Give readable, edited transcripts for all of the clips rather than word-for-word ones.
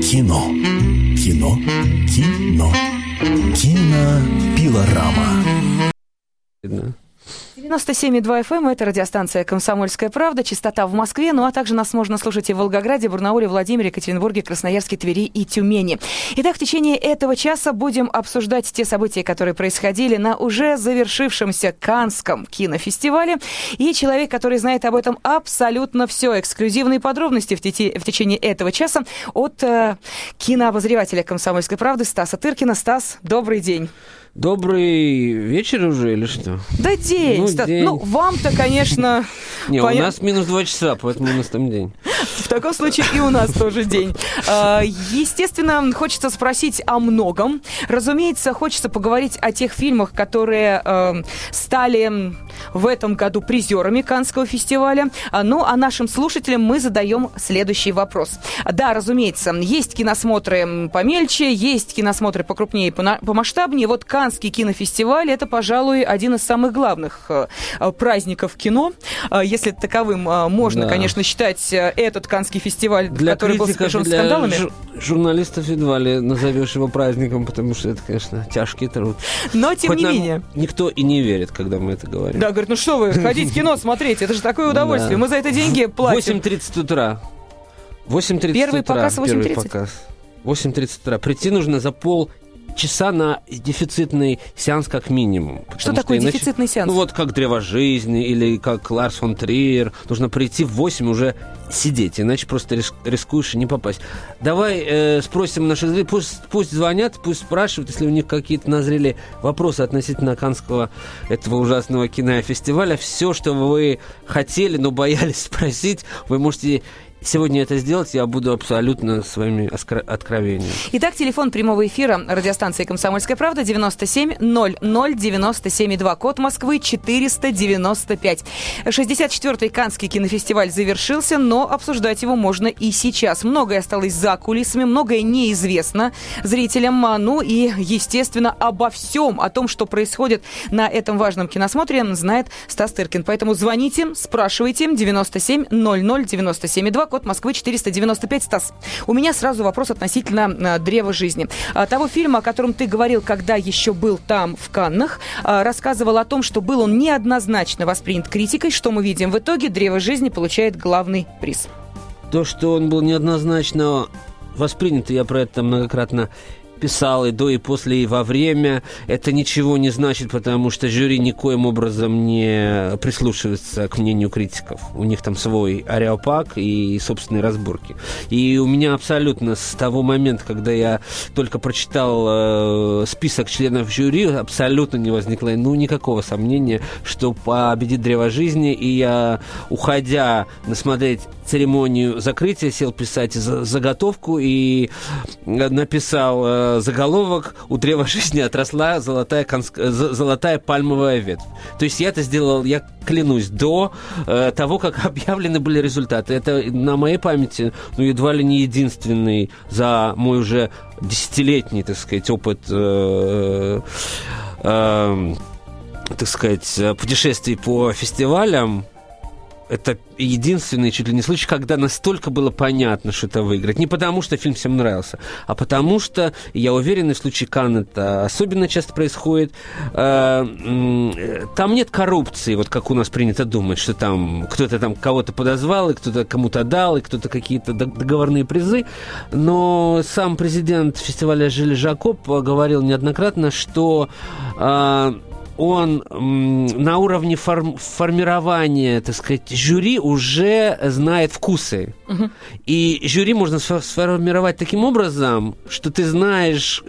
Кино. Кино. Кино. Кинопилорама. 97,2 FM, это радиостанция «Комсомольская правда», частота в Москве, ну а также нас можно слушать и в Волгограде, Барнауле, Владимире, Екатеринбурге, Красноярске, Твери и Тюмени. Итак, в течение этого часа будем обсуждать те события, которые происходили на уже завершившемся Каннском кинофестивале. И человек, который знает об этом абсолютно все, эксклюзивные подробности в течение этого часа от кинообозревателя «Комсомольской правды» Стаса Тыркина. Стас, добрый день. Добрый вечер уже или что? Да день, Стас. День. Ну, вам-то, конечно... Не, у нас минус 2 часа, поэтому у нас там день. В таком случае и у нас тоже день. Естественно, хочется спросить о многом. Разумеется, хочется поговорить о тех фильмах, которые стали в этом году призерами Каннского фестиваля. Ну, а нашим слушателям мы задаем следующий вопрос. Да, разумеется, есть киносмотры помельче, есть киносмотры покрупнее и помасштабнее. Вот Каннский кинофестиваль – это, пожалуй, один из самых главных праздников кино. Если таковым можно, конечно, считать этот Каннский фестиваль, для который был сопряжен с скандалами. Журналистов едва ли назовешь его праздником, потому что это, конечно, тяжкий труд. Но, тем не менее. Никто и не верит, когда мы это говорим. Да, говорит, ну что вы, ходите кино смотреть, это же такое удовольствие. Мы за это деньги платим. 8:30 утра. 8:30 Первый утра. показ 8:30? Первый показ. 8:30 утра. Прийти нужно за полчаса на дефицитный сеанс как минимум. Что такое дефицитный сеанс? Ну вот как «Древо жизни» или как Ларс фон Триер. Нужно прийти в 8 уже сидеть, иначе просто рискуешь и не попасть. Давай спросим наших зрителей, пусть звонят, пусть спрашивают, если у них какие-то назрели вопросы относительно Каннского этого ужасного кинофестиваля. Все, что вы хотели, но боялись спросить, вы можете... Сегодня это сделать, я буду абсолютно с вами откровенен. Итак, телефон прямого эфира радиостанции «Комсомольская правда» 97 00 97 2, код Москвы 495. 64-й Каннский кинофестиваль завершился, но обсуждать его можно и сейчас. Многое осталось за кулисами, многое неизвестно зрителям. Ну и, естественно, обо всем, о том, что происходит на этом важном киносмотре, знает Стас Тыркин. Поэтому звоните, спрашивайте. 97 00 97 2, код Москвы 495. Стас, у меня сразу вопрос относительно «Древа жизни». Того фильма, о котором ты говорил, когда еще был там, в Каннах, рассказывал о том, что был он неоднозначно воспринят критикой. Что мы видим в итоге? «Древо жизни» получает главный приз. То, что он был неоднозначно воспринят, я про это многократно писал и до, и после, и во время. Это ничего не значит, потому что жюри никоим образом не прислушивается к мнению критиков. У них там свой ареопаг и собственные разборки. И у меня абсолютно с того момента, когда я только прочитал список членов жюри, абсолютно не возникло никакого сомнения, что победит «Древо жизни». И я, уходя смотреть церемонию закрытия, сел писать заготовку и написал заголовок: «У древа жизни отросла золотая пальмовая ветвь». То есть я это сделал, я клянусь, до того, как объявлены были результаты. Это на моей памяти, едва ли не единственный за мой уже десятилетний, так сказать, опыт, так сказать, путешествий по фестивалям. Это единственный чуть ли не случай, когда настолько было понятно, что это выиграет. Не потому, что фильм всем нравился, а потому что, я уверен, в случае Канн это особенно часто происходит, там нет коррупции, вот как у нас принято думать, что там кто-то там кого-то подозвал, и кто-то кому-то дал, и кто-то какие-то договорные призы. Но сам президент фестиваля Жиль Жакоб говорил неоднократно, что он на уровне формирования, так сказать, жюри уже знает вкусы. Uh-huh. И жюри можно сформировать таким образом, что ты знаешь,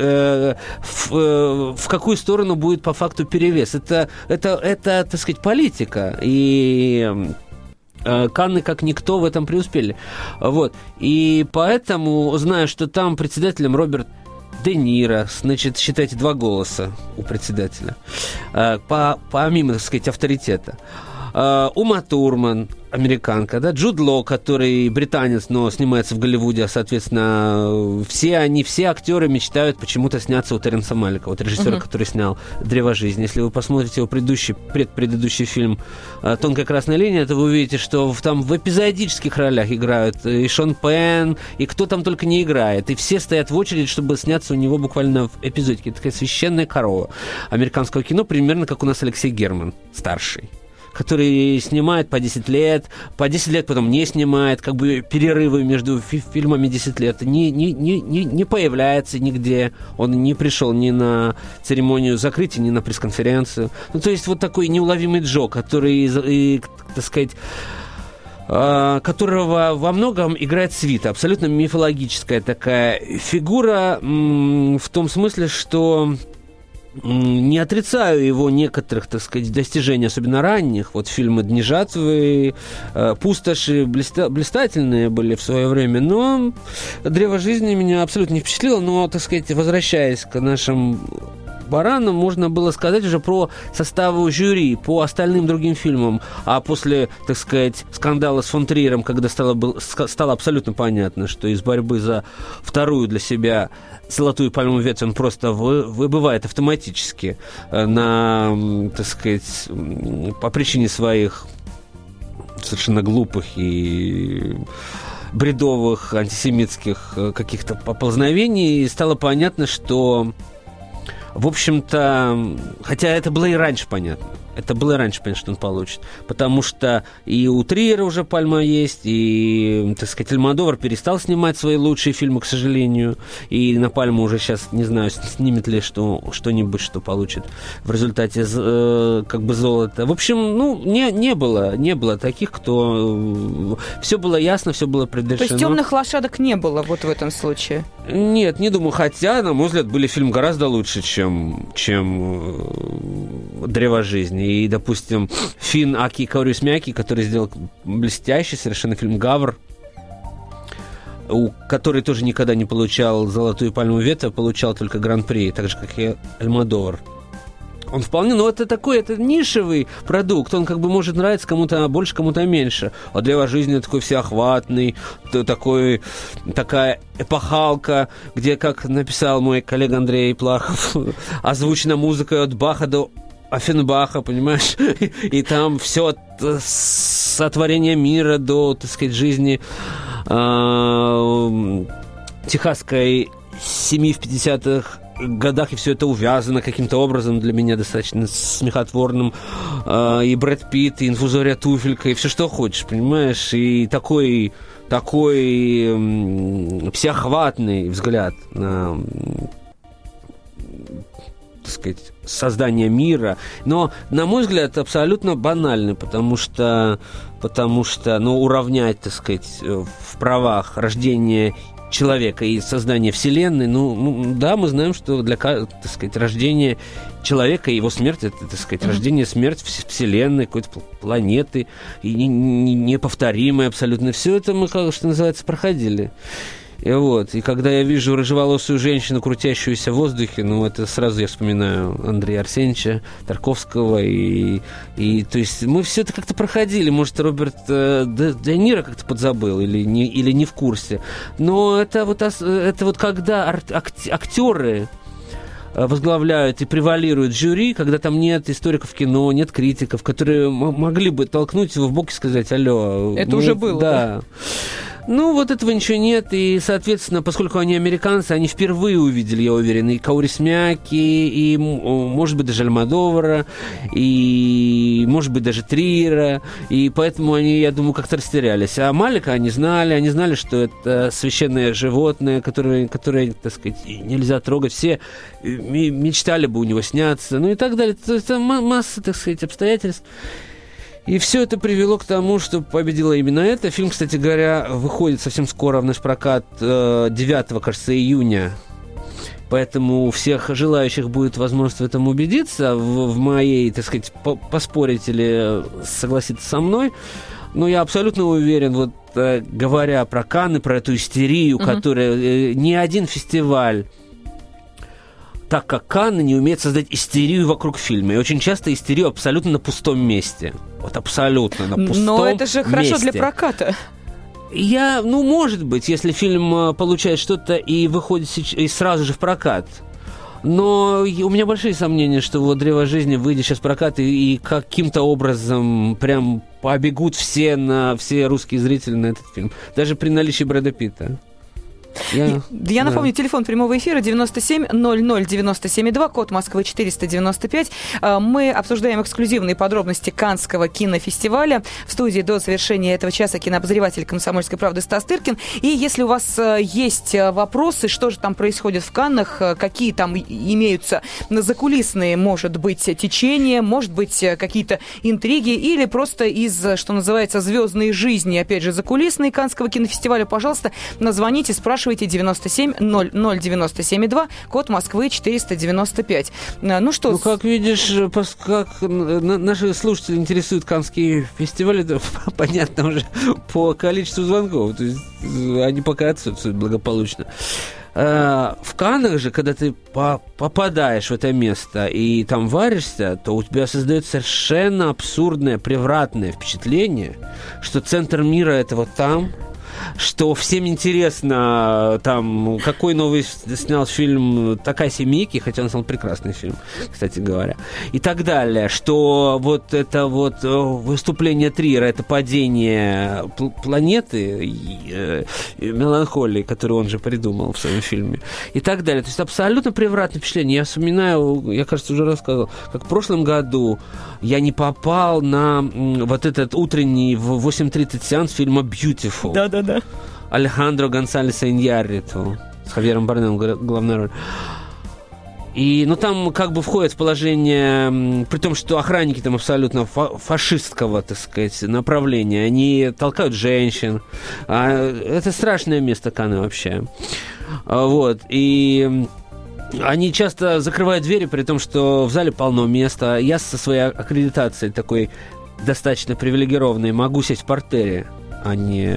в какую сторону будет по факту перевес. Это, так сказать, политика. И Канны как никто в этом преуспели. Вот. И поэтому, зная, что там председателем Роберт Де Ниро, значит, считайте 2 голоса у председателя, помимо, так сказать, авторитета. Ума Турман, американка, да, Джуд Лоу, который британец, но снимается в Голливуде, соответственно, все актеры мечтают почему-то сняться у Терренса Малика, вот режиссера, который снял «Древо жизни». Если вы посмотрите его предыдущий фильм «Тонкая красная линия», то вы увидите, что там в эпизодических ролях играют и Шон Пенн, и кто там только не играет, и все стоят в очередь, чтобы сняться у него буквально в эпизодике. Такая священная корова американского кино, примерно как у нас Алексей Герман, старший, который снимает по 10 лет потом не снимает, как бы перерывы между фильмами 10 лет, не появляется нигде, он не пришел ни на церемонию закрытия, ни на пресс-конференцию. Ну, то есть вот такой неуловимый Джо, который, так сказать, которого во многом играет свита, абсолютно мифологическая такая фигура, в том смысле, что не отрицаю его некоторых, так сказать, достижений, особенно ранних. Вот фильмы «Дни жатвы», «Пустоши» блистательные были в свое время, но «Древо жизни» меня абсолютно не впечатлило. Но, так сказать, возвращаясь к нашим баранам, можно было сказать уже про составы жюри по остальным другим фильмам. А после, так сказать, скандала с фон Триером, когда стало абсолютно понятно, что из борьбы за вторую для себя «Золотую пальмовую ветвь» он просто выбывает автоматически на, так сказать, по причине своих совершенно глупых и бредовых антисемитских каких-то поползновений, и стало понятно, что, в общем-то, хотя это было и раньше понятно, что он получит. Потому что и у Триера уже пальма есть, и, так сказать, Альмодовар перестал снимать свои лучшие фильмы, к сожалению. И на пальму уже сейчас, не знаю, снимет ли что-нибудь, что получит в результате как бы золота. В общем, не было таких, кто... Все было ясно, все было предрешено. То есть темных лошадок не было вот в этом случае? Нет, не думаю. Хотя, на мой взгляд, были фильмы гораздо лучше, чем «Древо жизни». И, допустим, Финн Аки Каурисмяки, который сделал блестящий совершенно фильм «Гавр», который тоже никогда не получал «Золотую пальму ветвь», а получал только Гран-при, так же, как и Альмодовар. Он вполне, это нишевый продукт, он как бы может нравиться кому-то больше, кому-то меньше. А «Древо жизни» такой всеохватный, такая эпохалка, где, как написал мой коллега Андрей Плахов, озвучена музыка от Баха до Оффенбаха, понимаешь? И там все от сотворения мира до, так сказать, жизни техасской семьи в 50-х годах, и все это увязано каким-то образом для меня достаточно смехотворным. И Брэд Питт, и инфузория туфелька, и все, что хочешь, понимаешь? И такой всеохватный взгляд на, так сказать, создание мира, но, на мой взгляд, абсолютно банальный, потому что уравнять, так сказать, в правах рождение человека и создание Вселенной, да, мы знаем, что для, так сказать, рождения человека и его смерть, это, так сказать, рождение, смерть Вселенной, какой-то планеты, и неповторимое абсолютно. Все это мы, что называется, проходили. И когда я вижу рыжеволосую женщину, крутящуюся в воздухе, это сразу я вспоминаю Андрея Арсеньевича Тарковского, и то есть мы все это как-то проходили. Может, Роберт Де Ниро как-то подзабыл или не в курсе. Но это вот когда актеры возглавляют и превалируют жюри, когда там нет историков кино, нет критиков, которые могли бы толкнуть его в бок и сказать: алло. Это уже было, да? Вот этого ничего нет, и, соответственно, поскольку они американцы, они впервые увидели, я уверен, и Каурисмяки, и, может быть, даже Альмодовара, и, может быть, даже Триера, и поэтому они, я думаю, как-то растерялись. А Малика они знали, что это священное животное, которое, так сказать, нельзя трогать. Все мечтали бы у него сняться, и так далее. То есть масса, так сказать, обстоятельств. И все это привело к тому, что победила именно это. Фильм, кстати говоря, выходит совсем скоро в наш прокат 9, кажется, июня. Поэтому у всех желающих будет возможность в этом убедиться, в моей, так сказать, поспорить или согласиться со мной. Но я абсолютно уверен, говоря про Канны, про эту истерию, которая ни один фестиваль, так как Канны не умеют создать истерию вокруг фильма. И очень часто истерию абсолютно на пустом месте. Вот абсолютно на пустом месте. Но это же хорошо для проката. Может быть, если фильм получает что-то и выходит и сразу же в прокат. Но у меня большие сомнения, что вот «Древо жизни» выйдет сейчас в прокат и каким-то образом прям побегут все русские зрители на этот фильм. Даже при наличии Брэда Питта. Я напомню, телефон прямого эфира 97-00-97-2, код Москвы 495. Мы обсуждаем эксклюзивные подробности Каннского кинофестиваля. В студии до завершения этого часа кинообозреватель «Комсомольской правды» Стас Тыркин. И если у вас есть вопросы, что же там происходит в Каннах, какие там имеются закулисные, может быть, течения, может быть, какие-то интриги, или просто из, что называется, звездной жизни, опять же, закулисной Каннского кинофестиваля, пожалуйста, назвоните, спрашивайте 97-00-97-2, код Москвы 495. Как видишь, как наши слушатели интересуют Каннский фестиваль, это понятно уже по количеству звонков. То есть они пока отсутствуют благополучно. В Каннах же, когда ты попадаешь в это место и там варишься, то у тебя создается совершенно абсурдное, превратное впечатление, что центр мира – это вот там, что всем интересно, там, какой новый снял фильм Такаси Мики, хотя он снял прекрасный фильм, кстати говоря, и так далее, что вот это вот выступление Триера, это падение планеты, меланхолии, которую он же придумал в своем фильме, и так далее. То есть абсолютно превратное впечатление. Я вспоминаю, я, кажется, уже рассказывал, как в прошлом году я не попал на вот этот утренний в 8:30 сеанс фильма «Beautiful». Да-да-да. Алехандро Гонсалеса Иньярриту с Хавьером Бардемом главная роль. И, там как бы входит в положение, при том, что охранники там абсолютно фашистского, так сказать, направления, они толкают женщин. Это страшное место Канны вообще. Вот. И они часто закрывают двери, при том, что в зале полно места. Я со своей аккредитацией такой достаточно привилегированной могу сесть в партере, а не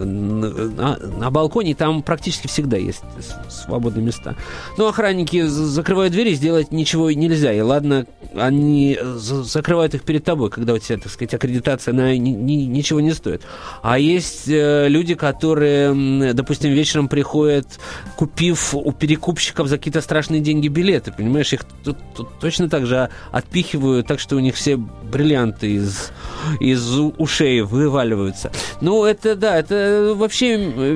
на балконе. Там практически всегда есть свободные места. Но охранники закрывают двери, сделать ничего нельзя. И ладно, они закрывают их перед тобой, когда у тебя, так сказать, аккредитация, она ничего не стоит. А есть люди, которые, допустим, вечером приходят, купив у перекупщиков за какие-то страшные деньги билеты, понимаешь, их тут точно так же отпихивают, так что у них все бриллианты из ушей вываливаются. Это вообще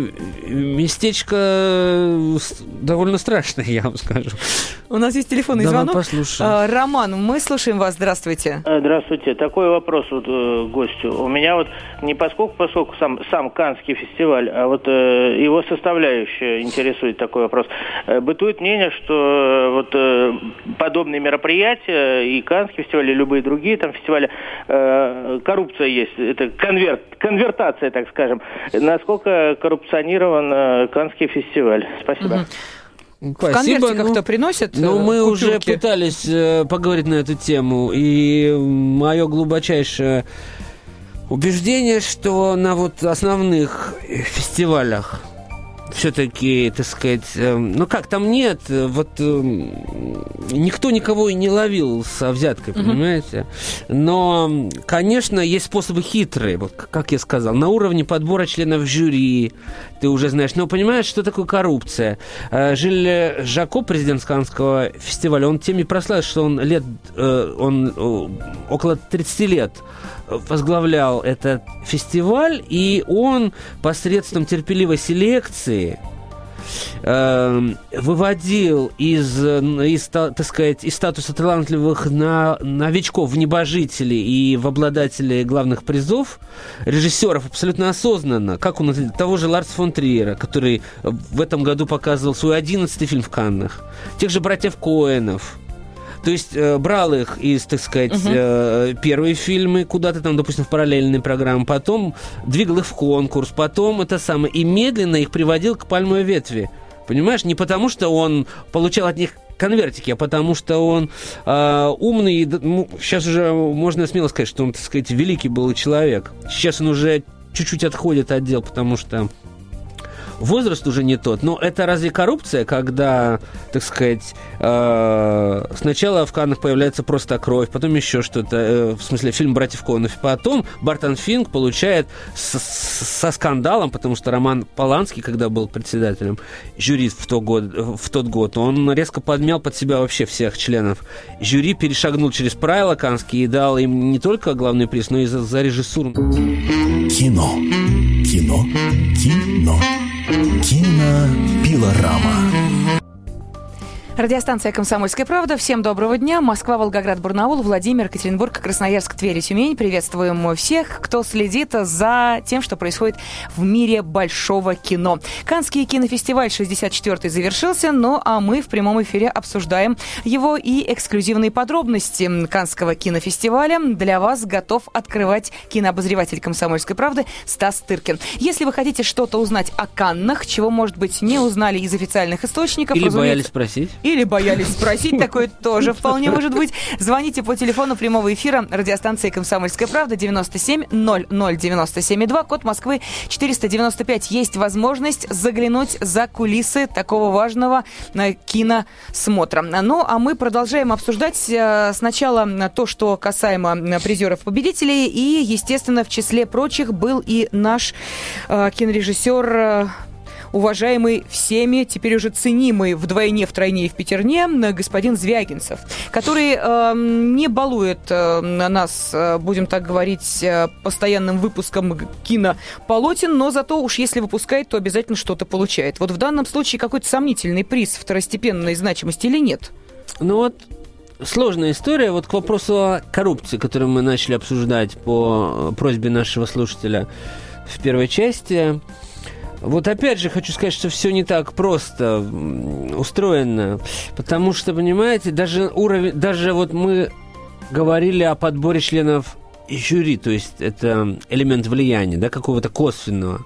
местечко довольно страшное, я вам скажу. У нас есть телефонный звонок. Послушаем. Роман, мы слушаем вас. Здравствуйте. Здравствуйте. Такой вопрос гостю. У меня не поскольку сам Каннский фестиваль, а его составляющая интересует такой вопрос. Бытует мнение, что подобные мероприятия, и Каннский фестиваль, и любые другие там фестивали, коррупция есть. Это конвертация, так скажем. Насколько коррупционирован Каннский фестиваль? Спасибо. В конвертиках-то приносят мы купюрки? Уже пытались поговорить на эту тему, и мое глубочайшее убеждение, что на основных фестивалях все-таки, так сказать, там нет, никто никого и не ловил со взяткой, понимаете? Но, конечно, есть способы хитрые, как я сказал, на уровне подбора членов жюри, ты уже знаешь. Но понимаешь, что такое коррупция? Жиль Жако, президент Каннского фестиваля, он тем и прославился, что он около 30 лет возглавлял этот фестиваль, и он посредством терпеливой селекции выводил из статуса талантливых новичков в небожителей и в обладателей главных призов режиссеров абсолютно осознанно, как у того же Ларса фон Триера, который в этом году показывал свой 11-й фильм в Каннах, тех же братьев Коэнов. То есть брал их из, так сказать, первые фильмы куда-то там, допустим, в параллельные программы, потом двигал их в конкурс, потом и медленно их приводил к пальмовой ветви. Понимаешь? Не потому, что он получал от них конвертики, а потому что он умный. Сейчас уже можно смело сказать, что он, так сказать, великий был человек. Сейчас он уже чуть-чуть отходит от дел, потому что возраст уже не тот. Но это разве коррупция, когда, так сказать, сначала в Каннах появляется просто кровь, потом еще что-то, в смысле фильм «Братьев Коэнов», потом Бартон Финк получает со скандалом, потому что Роман Поланский, когда был председателем жюри в тот год, он резко подмял под себя вообще всех членов жюри, перешагнул через правила каннские и дал им не только главный приз, но и за режиссуру. Кино. Кино. Кино. Кинопилорама. Радиостанция «Комсомольская правда». Всем доброго дня. Москва, Волгоград, Барнаул, Владимир, Екатеринбург, Красноярск, Тверь и Тюмень. Приветствуем всех, кто следит за тем, что происходит в мире большого кино. Каннский кинофестиваль 64-й завершился, а мы в прямом эфире обсуждаем его и эксклюзивные подробности Каннского кинофестиваля. Для вас готов открывать кинообозреватель «Комсомольской правды» Стас Тыркин. Если вы хотите что-то узнать о Каннах, чего, может быть, не узнали из официальных источников... Или боялись спросить. Или боялись спросить, такое тоже вполне может быть. Звоните по телефону прямого эфира радиостанции «Комсомольская правда» 97 00 97 2, код Москвы 495. Есть возможность заглянуть за кулисы такого важного киносмотра. А мы продолжаем обсуждать сначала то, что касаемо призеров-победителей. И, естественно, в числе прочих был и наш кинорежиссер... уважаемый всеми, теперь уже ценимый вдвойне, втройне и в пятерне, господин Звягинцев, который не балует нас, будем так говорить, постоянным выпуском кинополотен, но зато уж если выпускает, то обязательно что-то получает. Вот в данном случае какой-то сомнительный приз второстепенной значимости или нет? Сложная история. К вопросу о коррупции, которую мы начали обсуждать по просьбе нашего слушателя в первой части. Опять же хочу сказать, что все не так просто устроено, потому что, понимаете, даже мы говорили о подборе членов жюри, то есть это элемент влияния, да, какого-то косвенного.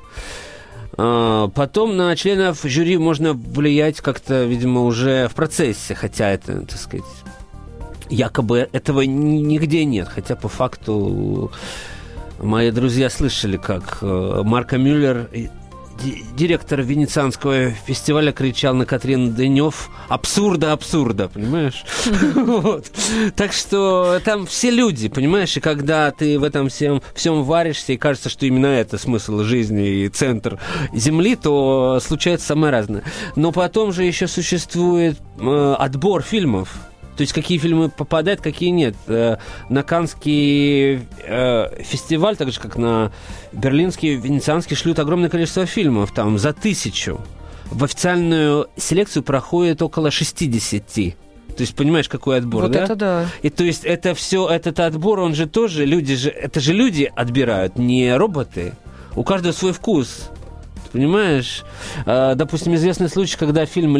Потом на членов жюри можно влиять как-то, видимо, уже в процессе, хотя это, так сказать, якобы этого нигде нет, хотя по факту мои друзья слышали, как Марко Мюллер, директор Венецианского фестиваля, кричал на Катрин Денёв: абсурда, понимаешь? Так что там все люди, понимаешь, и когда ты в этом всем варишься, и кажется, что именно это смысл жизни и центр Земли, то случается самое разное. Но потом же еще существует отбор фильмов. То есть какие фильмы попадают, какие нет. На Каннский фестиваль, так же как на Берлинский, Венецианский, шлют огромное количество фильмов, там за 1000. В официальную селекцию проходит около 60. То есть понимаешь, какой отбор, да? Это да. И то есть это все, этот отбор, он же тоже, это же люди отбирают, не роботы. У каждого свой вкус. Ты понимаешь? Допустим, известный случай, когда фильм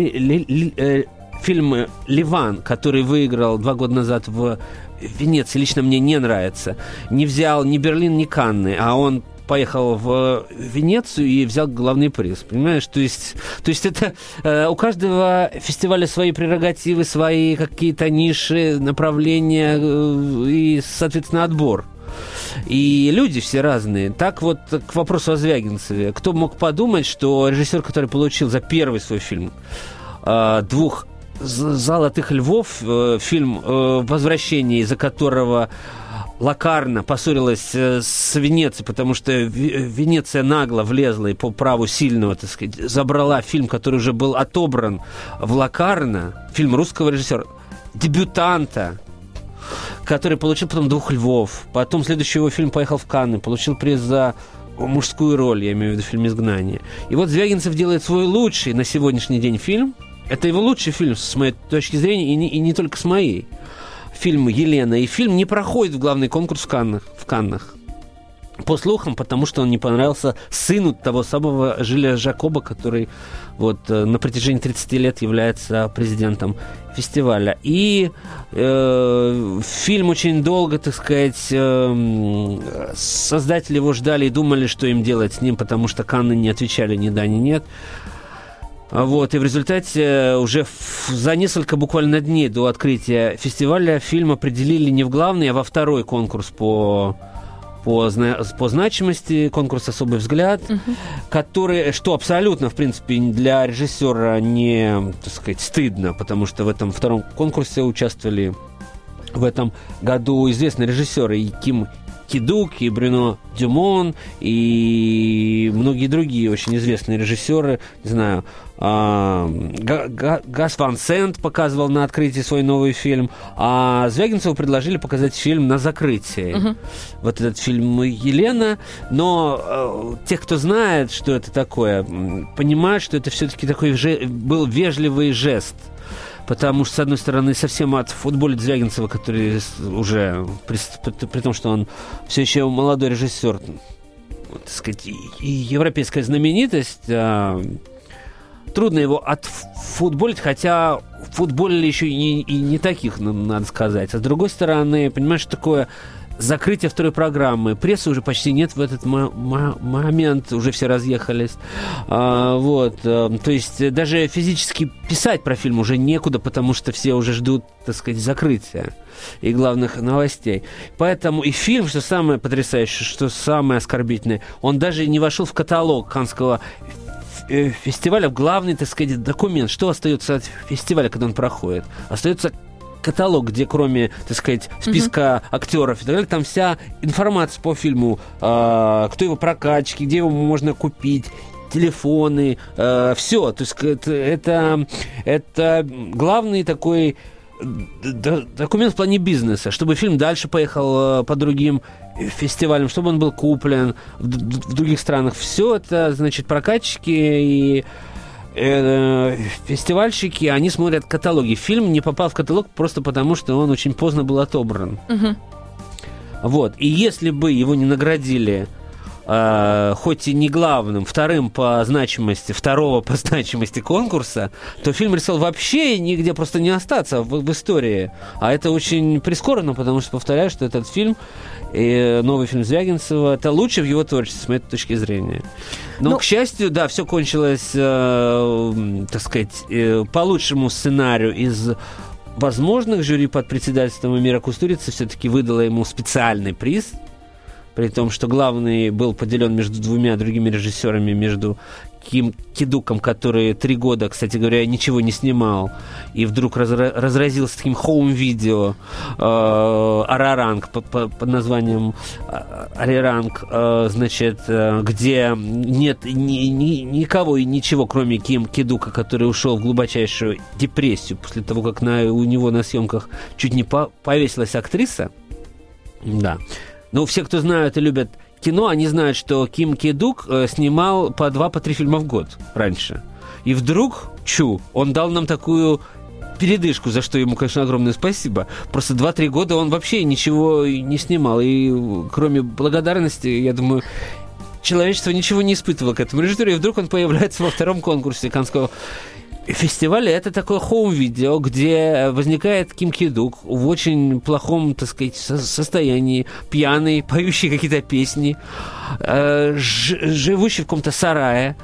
«Ливан», который выиграл 2 года назад в Венеции, лично мне не нравится. Не взял ни Берлин, ни Канны, а он поехал в Венецию и взял главный приз. Понимаешь? То есть это у каждого фестиваля свои прерогативы, свои какие-то ниши, направления и, соответственно, отбор. И люди все разные. Так к вопросу о Звягинцеве. Кто мог подумать, что режиссер, который получил за первый свой фильм 2 «Золотых львов», фильм «Возвращение», из-за которого Локарно поссорилась с Венецией, потому что Венеция нагло влезла и по праву сильного, так сказать, забрала фильм, который уже был отобран в Локарно, фильм русского режиссера, дебютанта, который получил потом 2 львов. Потом следующий его фильм поехал в Канны, получил приз за мужскую роль, я имею в виду фильм «Изгнание». И Звягинцев делает свой лучший на сегодняшний день фильм. Это его лучший фильм, с моей точки зрения, и не только с моей. Фильм «Елена». И фильм не проходит в главный конкурс в Каннах. По слухам, потому что он не понравился сыну того самого Жиля Жакоба, который на протяжении 30 лет является президентом фестиваля. И фильм очень долго, так сказать, создатели его ждали и думали, что им делать с ним, потому что Канны не отвечали ни да, ни нет. И в результате уже за несколько буквально дней до открытия фестиваля фильм определили не в главный, а во второй конкурс по по значимости, конкурс «Особый взгляд», который, что абсолютно, в принципе, для режиссера не, так сказать, стыдно, потому что в этом втором конкурсе участвовали в этом году известные режиссеры и Ким Ки-дук, и Брюно Дюмон, и многие другие очень известные режиссеры. Не знаю, Гас Ван Сент показывал на открытии свой новый фильм, а Звягинцеву предложили показать фильм на закрытии. Вот этот фильм «Елена». Но тех, кто знает, что это такое, понимают, что это все-таки такой был вежливый жест. Потому что, с одной стороны, совсем отфутболит Звягинцева, который уже, при том, что он все еще молодой режиссер, так сказать, и европейская знаменитость, трудно его отфутболить, хотя футболили еще и не таких, надо сказать. А с другой стороны, понимаешь, что такое закрытие второй программы. Прессы уже почти нет в этот момент, уже все разъехались. То есть даже физически писать про фильм уже некуда, потому что все уже ждут, так сказать, закрытия и главных новостей. Поэтому и фильм, что самое потрясающее, что самое оскорбительное, он даже не вошел в каталог Каннского фестиваля, в главный, так сказать, документ. Что остается от фестиваля, когда он проходит? Остается каталог, где кроме, так сказать, списка актеров и так далее, там вся информация по фильму, кто его прокатчики, где его можно купить, телефоны, все. То есть это главный такой документ в плане бизнеса, чтобы фильм дальше поехал по другим фестивалям, чтобы он был куплен в других странах. Все это, значит, прокатчики и фестивальщики, они смотрят каталоги. Фильм не попал в каталог просто потому, что он очень поздно был отобран. Вот. И если бы его не наградили хоть и не главным, вторым по значимости, второго по значимости конкурса, то фильм решил вообще нигде просто не остаться в истории. А это очень прискорбно, потому что, повторяю, что этот фильм, новый фильм Звягинцева, это лучше в его творчестве, с моей точки зрения. Но, к счастью, да, все кончилось, так сказать, по лучшему сценарию из возможных. Жюри под председательством Эмира Кустурицы все-таки выдало ему специальный приз, при том, что главный был поделен между двумя другими режиссерами, между Ким Ки-дуком, который 3 года, кстати говоря, ничего не снимал, и вдруг разразился таким хоум-видео «Араранг» под названием «Араранг», значит, где нет никого и ничего, кроме Ким Ки-дука, который ушел в глубочайшую депрессию после того, как у него на съемках чуть не повесилась актриса. Да. Ну, все, кто знают и любят кино, они знают, что Ким Ки-дук снимал по 2-3 фильма в год раньше. И вдруг, он дал нам такую передышку, за что ему, конечно, огромное спасибо. Просто 2-3 года он вообще ничего не снимал. И кроме благодарности, я думаю, человечество ничего не испытывало к этому режиссеру. И вдруг он появляется во втором конкурсе Каннского фестиваля. Это такое хоум-видео, где возникает Ким Ки-дук в очень плохом, так сказать, состоянии, пьяный, поющий какие-то песни, живущий в каком-то сарае,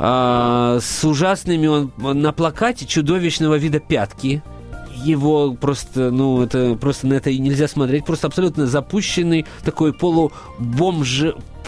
с ужасными, он на плакате чудовищного вида пятки. Его просто, это просто на это нельзя смотреть. Просто абсолютно запущенный такой полубомж.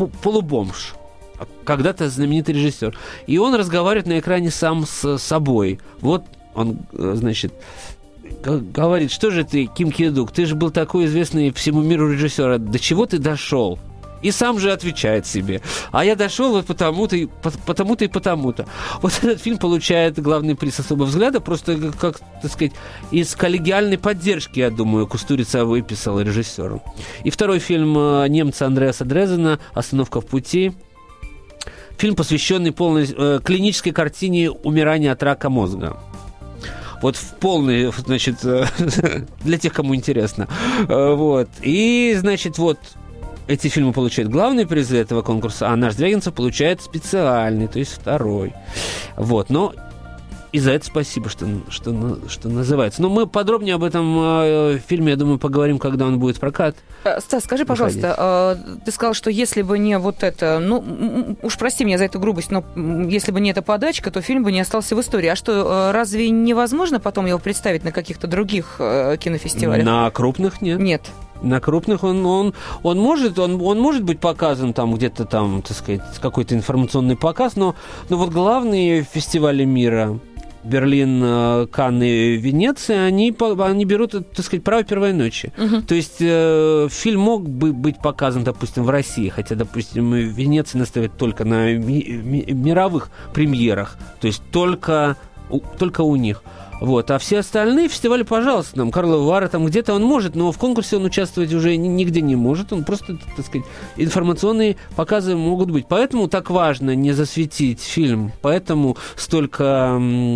Когда-то знаменитый режиссер. И он разговаривает на экране сам с собой. Вот он, значит, говорит, что же ты, Ким Ки-дук, ты же был такой известный всему миру режиссер, до чего ты дошел? И сам же отвечает себе. А я дошел вот потому-то и потому-то. Вот этот фильм получает главный приз «Особого взгляда», просто, как, так сказать, из коллегиальной поддержки, я думаю, Кустурица выписал режиссеру. И второй фильм немца Андреаса Дрезена «Остановка в пути». Фильм, посвященный полной клинической картине умирания от рака мозга. Вот в полной, значит, для тех, кому интересно. Вот. И, значит, вот эти фильмы получают главные призы этого конкурса, а наш Звягинцев получает специальный, то есть второй. Вот. Но и за это спасибо, что называется. Но мы подробнее об этом фильме, я думаю, поговорим, когда он будет в прокат. Стас, скажи, пожалуйста, ты сказал, что если бы не вот это, уж прости меня за эту грубость, но если бы не эта подачка, то фильм бы не остался в истории. А что, разве невозможно потом его представить на каких-то других кинофестивалях? На крупных нет. Нет. На крупных он может быть показан там где-то там, так сказать, какой-то информационный показ, но вот главные фестивали мира, Берлин, Канны, Венеция, они берут, так сказать, право первой ночи. То есть фильм мог бы быть показан, допустим, в России, хотя, допустим, в Венеции наставят только на мировых премьерах, то есть только у них. Вот. А все остальные фестивали, пожалуйста, там, Карловы Вары, там где-то он может, но в конкурсе он участвовать уже нигде не может. Он просто, так сказать, информационные показы могут быть. Поэтому так важно не засветить фильм. Поэтому столько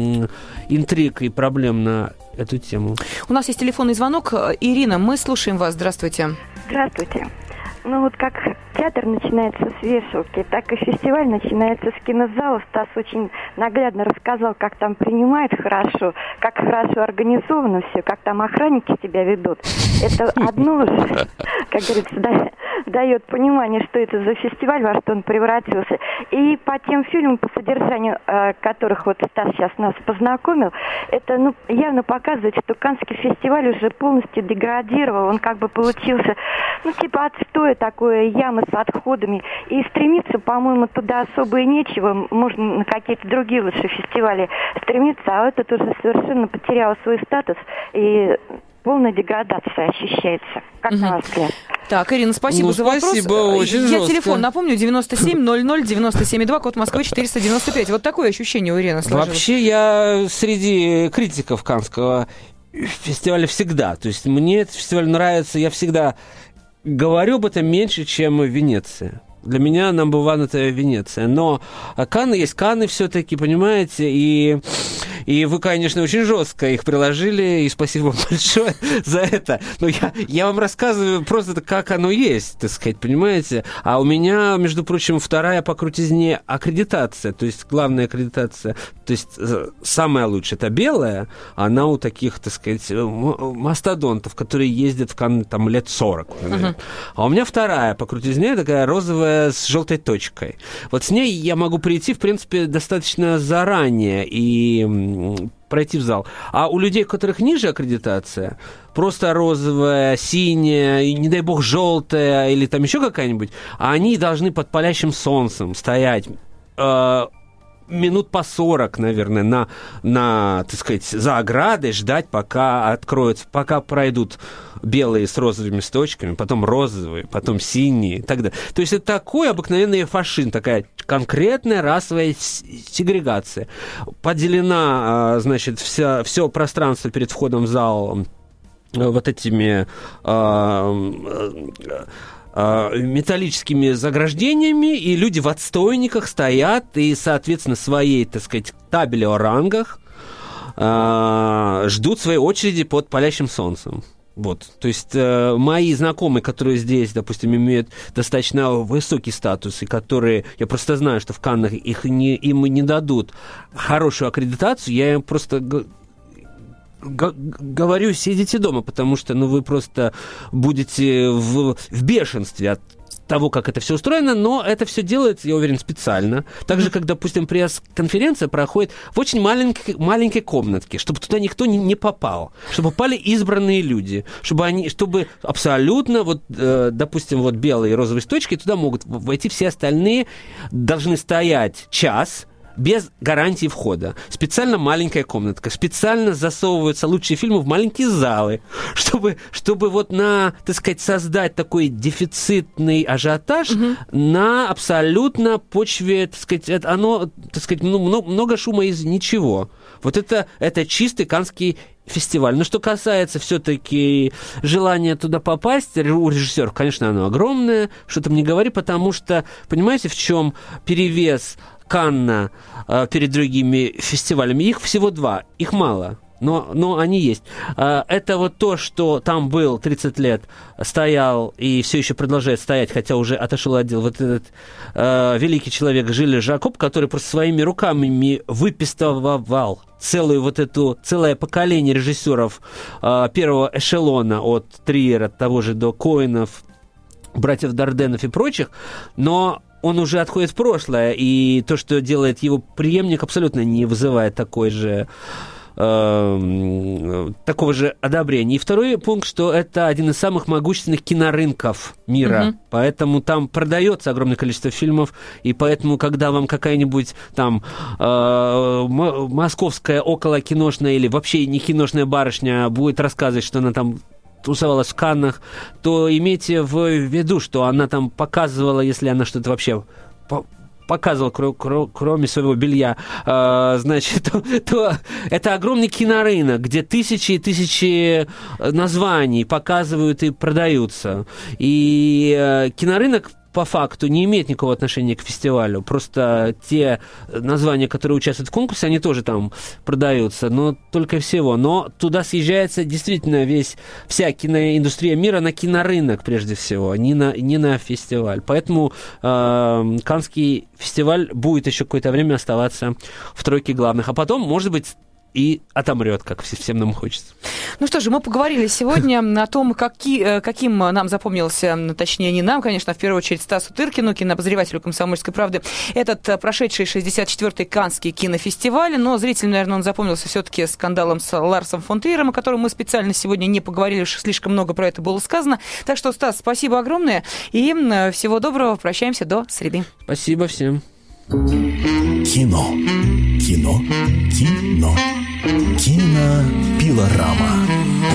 интриг и проблем на эту тему. У нас есть телефонный звонок. Ирина, мы слушаем вас. Здравствуйте. Здравствуйте. Ну вот как театр начинается с вешалки, так и фестиваль начинается с кинозала. Стас очень наглядно рассказал, как там принимают хорошо, как хорошо организовано все, как там охранники себя ведут. Это одно же, как говорится, дает понимание, что это за фестиваль, во что он превратился. И по тем фильмам, по содержанию которых вот Стас сейчас нас познакомил, это явно показывает, что Каннский фестиваль уже полностью деградировал. Он как бы получился, типа отстой, такое ямы с отходами. И стремиться, по-моему, туда особо и нечего. Можно на какие-то другие лучше фестивали стремиться, а этот уже совершенно потерял свой статус, и полная деградация ощущается. Как на ваш взгляд? Так, Ирина, спасибо за вопрос. Спасибо, очень Я жестко. телефон напомню, 97-00-97-2, код Москвы 495. Вот такое ощущение у Ирины сложилось. Вообще, я среди критиков Каннского фестиваля всегда. То есть мне этот фестиваль нравится, я всегда говорю об этом меньше, чем в Венеции. Для меня number one это Венеция. Но Канны есть Канны все-таки, понимаете, и вы, конечно, очень жестко их приложили, и спасибо вам большое за это. Но я вам рассказываю просто, как оно есть, так сказать, понимаете? А у меня, между прочим, вторая по крутизне аккредитация, то есть главная аккредитация, то есть самая лучшая, это белая, она у таких, так сказать, мастодонтов, которые ездят в Канны там лет 40. А у меня вторая по крутизне, такая розовая, с желтой точкой. Вот с ней я могу прийти, в принципе, достаточно заранее и пройти в зал. А у людей, у которых ниже аккредитация, просто розовая, синяя, и, не дай бог, желтая или там еще какая-нибудь, они должны под палящим солнцем стоять минут по 40, наверное, на, так сказать, за оградой, ждать, пока откроются, пока пройдут белые с розовыми точками, потом розовые, потом синие и так далее. То есть это такой обыкновенный фашизм, такая конкретная расовая сегрегация. Поделена, значит, все пространство перед входом в зал вот этими металлическими заграждениями, и люди в отстойниках стоят и, соответственно, своей, так сказать, табели о рангах ждут своей очереди под палящим солнцем. Вот. То есть мои знакомые, которые здесь, допустим, имеют достаточно высокий статус, и которые, я просто знаю, что в Каннах им не дадут хорошую аккредитацию, я им просто говорю, сидите дома, потому что вы просто будете в бешенстве от того, как это все устроено, но это все делается, я уверен, специально. Так же, как, допустим, пресс-конференция проходит в очень маленькой комнатке, чтобы туда никто не попал, чтобы попали избранные люди, чтобы абсолютно, допустим, белые и розовые точки, туда могут войти все остальные, должны стоять час, без гарантии входа. Специально маленькая комнатка. Специально засовываются лучшие фильмы в маленькие залы, чтобы так сказать, создать такой дефицитный ажиотаж на абсолютно почве, так сказать, много шума из ничего. Вот это чистый Каннский фестиваль. Но что касается все-таки желания туда попасть, у режиссеров, конечно, оно огромное, что там не говори, потому что, понимаете, в чем перевес Канна перед другими фестивалями? Их всего 2, их мало. Но они есть. Это то, что там был 30 лет, стоял и все еще продолжает стоять, хотя уже отошел отдел, этот великий человек Жиль Жакоб, который просто своими руками выпистовал целое поколение режиссеров первого эшелона, от Триера, того же до Коэнов, братьев Дарденов и прочих, но он уже отходит в прошлое, и то, что делает его преемник, абсолютно не вызывает такой же такого же одобрения. И второй пункт, что это один из самых могущественных кинорынков мира, поэтому там продается огромное количество фильмов, и поэтому, когда вам какая-нибудь там московская околокиношная или вообще не киношная барышня будет рассказывать, что она там тусовалась в Каннах, то имейте в виду, что она там показывала, если она что-то вообще показывал, кроме своего белья, значит, то это огромный кинорынок, где тысячи и тысячи названий показывают и продаются. И кинорынок по факту не имеет никакого отношения к фестивалю. Просто те названия, которые участвуют в конкурсе, они тоже там продаются, но только всего. Но туда съезжается действительно вся киноиндустрия мира на кинорынок, прежде всего, не на фестиваль. Поэтому Каннский фестиваль будет еще какое-то время оставаться в тройке главных. А потом, может быть, и отомрет, как всем нам хочется. Ну что же, мы поговорили сегодня о том, каким нам запомнился, точнее, не нам, конечно, а в первую очередь Стасу Тыркину, кинообозревателю «Комсомольской правды», этот прошедший 64-й Каннский кинофестиваль. Но зрителям, наверное, он запомнился все-таки скандалом с Ларсом фон Триером, о котором мы специально сегодня не поговорили, уж слишком много про это было сказано. Так что, Стас, спасибо огромное и всего доброго. Прощаемся до среды. Спасибо всем. Кино. Кино. Кино. Кинопилорама.